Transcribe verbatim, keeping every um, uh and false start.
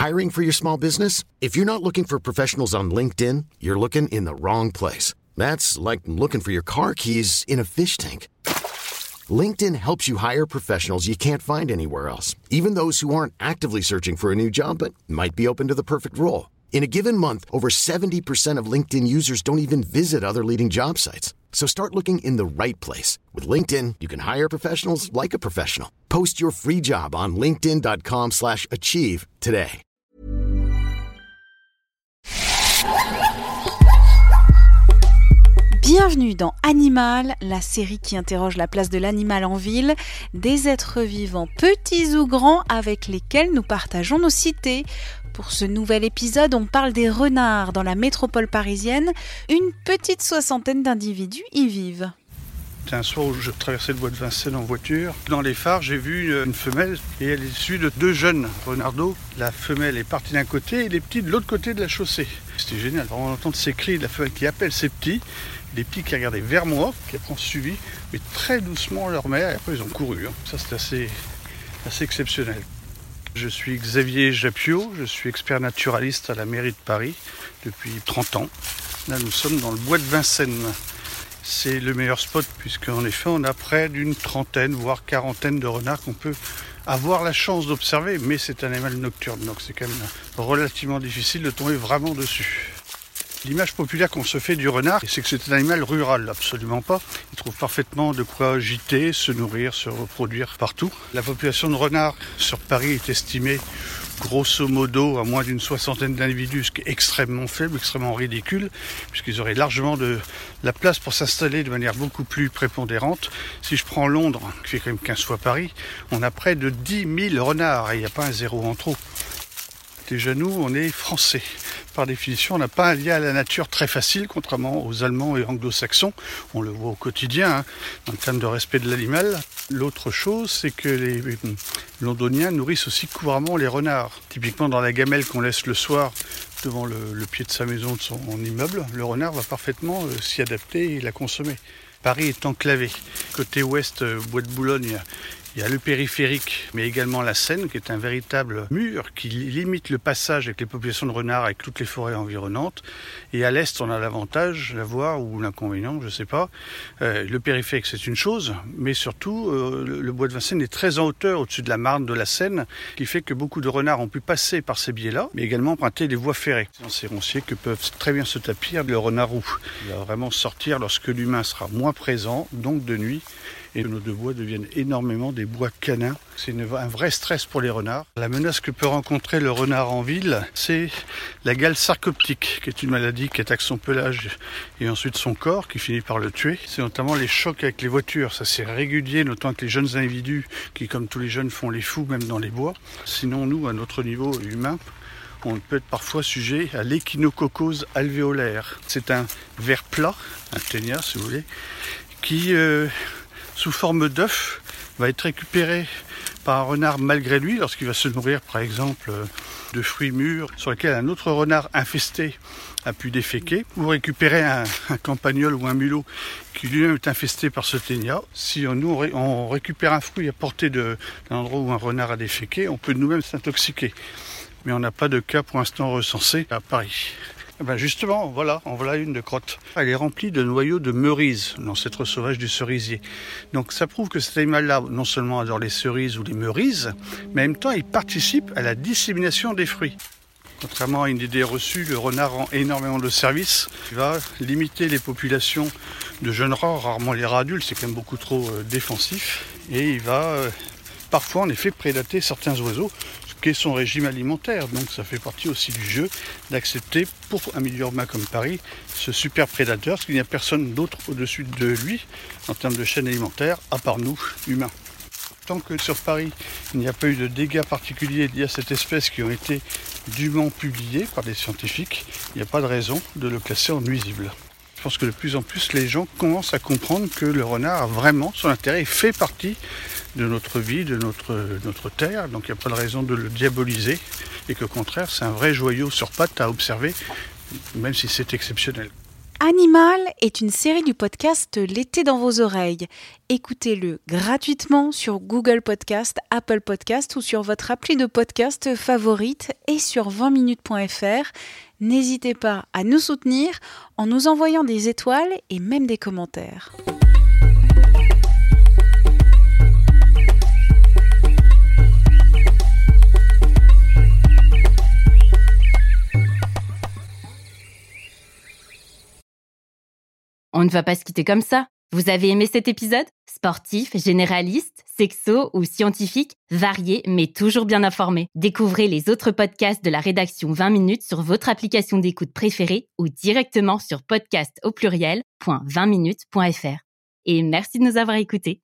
Hiring for your small business? If you're not looking for professionals on LinkedIn, you're looking in the wrong place. That's like looking for your car keys in a fish tank. LinkedIn helps you hire professionals you can't find anywhere else, even those who aren't actively searching for a new job but might be open to the perfect role. In a given month, over seventy percent of LinkedIn users don't even visit other leading job sites. So start looking in the right place. With LinkedIn, you can hire professionals like a professional. Post your free job on linkedin.com slash achieve today. Bienvenue dans Animal, la série qui interroge la place de l'animal en ville, des êtres vivants petits ou grands avec lesquels nous partageons nos cités. Pour ce nouvel épisode, on parle des renards dans la métropole parisienne. Une petite soixantaine d'individus y vivent. C'était un soir où je traversais le bois de Vincennes en voiture. Dans les phares, j'ai vu une femelle et elle est issue de deux jeunes renardeaux. La femelle est partie d'un côté et les petits de l'autre côté de la chaussée. C'était génial. On entend ces cris de la femelle qui appelle ses petits. Les petits qui regardaient vers moi, qui après ont suivi, mais très doucement leur mère. Et après, ils ont couru. Hein. Ça, c'est assez, assez exceptionnel. Je suis Xavier Jappiot, je suis expert naturaliste à la mairie de Paris depuis trente ans. Là, nous sommes dans le bois de Vincennes. C'est le meilleur spot puisqu'en effet, on a près d'une trentaine, voire quarantaine de renards qu'on peut avoir la chance d'observer. Mais c'est un animal nocturne, donc c'est quand même relativement difficile de tomber vraiment dessus. L'image populaire qu'on se fait du renard, c'est que c'est un animal rural, absolument pas. Il trouve parfaitement de quoi gîter, se nourrir, se reproduire partout. La population de renards sur Paris est estimée grosso modo à moins d'une soixantaine d'individus, ce qui est extrêmement faible, extrêmement ridicule, puisqu'ils auraient largement de la place pour s'installer de manière beaucoup plus prépondérante. Si je prends Londres, qui fait quand même quinze fois Paris, on a près de dix mille renards, et il n'y a pas un zéro en trop. Déjà nous, on est français. Par définition, on n'a pas un lien à la nature très facile, contrairement aux Allemands et Anglo-Saxons. On le voit au quotidien, hein, en termes de respect de l'animal. L'autre chose, c'est que les Londoniens nourrissent aussi couramment les renards. Typiquement, dans la gamelle qu'on laisse le soir devant le, le pied de sa maison, de son immeuble, le renard va parfaitement euh, s'y adapter et la consommer. Paris est enclavé. Côté ouest, euh, Bois de Boulogne, il y a le périphérique, mais également la Seine, qui est un véritable mur qui limite le passage avec les populations de renards, avec toutes les forêts environnantes. Et à l'est, on a l'avantage, la voie ou l'inconvénient, je ne sais pas. Euh, le périphérique, c'est une chose, mais surtout, euh, le, le bois de Vincennes est très en hauteur, au-dessus de la Marne, de la Seine, qui fait que beaucoup de renards ont pu passer par ces biais-là, mais également emprunter les voies ferrées. Dans ces ronciers que peuvent très bien se tapir le renard roux. Il va vraiment sortir lorsque l'humain sera moins présent, donc de nuit. Et nos deux bois deviennent énormément des bois canins. C'est une, un vrai stress pour les renards. La menace que peut rencontrer le renard en ville, c'est la gale sarcoptique, qui est une maladie qui attaque son pelage et ensuite son corps, qui finit par le tuer. C'est notamment les chocs avec les voitures. Ça, c'est régulier, notamment avec les jeunes individus qui, comme tous les jeunes, font les fous, même dans les bois. Sinon, nous, à notre niveau humain, on peut être parfois sujet à l'échinococose alvéolaire. C'est un ver plat, un ténia si vous voulez, qui... Euh, sous forme d'œuf, va être récupéré par un renard malgré lui lorsqu'il va se nourrir par exemple de fruits mûrs sur lesquels un autre renard infesté a pu déféquer, ou récupérer un, un campagnol ou un mulot qui lui-même est infesté par ce ténia. Si on, nous, on, ré, on récupère un fruit à portée de, d'un endroit où un renard a déféqué, on peut nous-mêmes s'intoxiquer. Mais on n'a pas de cas pour l'instant recensés à Paris. Eh ben justement, voilà, en voilà une de crotte. Elle est remplie de noyaux de meurises, l'ancêtre sauvage du cerisier. Donc ça prouve que cet animal-là, non seulement adore les cerises ou les meurises, mais en même temps, il participe à la dissémination des fruits. Contrairement à une idée reçue, le renard rend énormément de services. Il va limiter les populations de jeunes rats, rarement les rats adultes, c'est quand même beaucoup trop euh, défensif. Et il va euh, parfois en effet prédater certains oiseaux, qu'est son régime alimentaire. Donc ça fait partie aussi du jeu d'accepter pour un milieu urbain comme Paris ce super prédateur, parce qu'il n'y a personne d'autre au-dessus de lui en termes de chaîne alimentaire, à part nous, humains. Tant que sur Paris, il n'y a pas eu de dégâts particuliers liés à cette espèce qui ont été dûment publiés par des scientifiques, il n'y a pas de raison de le classer en nuisible. Je pense que de plus en plus, les gens commencent à comprendre que le renard a vraiment son intérêt et fait partie de notre vie, de notre, notre terre, donc il n'y a pas de raison de le diaboliser, et qu'au contraire, c'est un vrai joyau sur pattes à observer, même si c'est exceptionnel. Animal est une série du podcast L'été dans vos oreilles. Écoutez-le gratuitement sur Google Podcast, Apple Podcast ou sur votre appli de podcast favorite et sur vingt minutes point f r. N'hésitez pas à nous soutenir en nous envoyant des étoiles et même des commentaires. On ne va pas se quitter comme ça. Vous avez aimé cet épisode ? Sportif, généraliste, sexo ou scientifique, varié mais toujours bien informé. Découvrez les autres podcasts de la rédaction vingt minutes sur votre application d'écoute préférée ou directement sur podcast au pluriel point vingt minutes point f r. Et merci de nous avoir écoutés.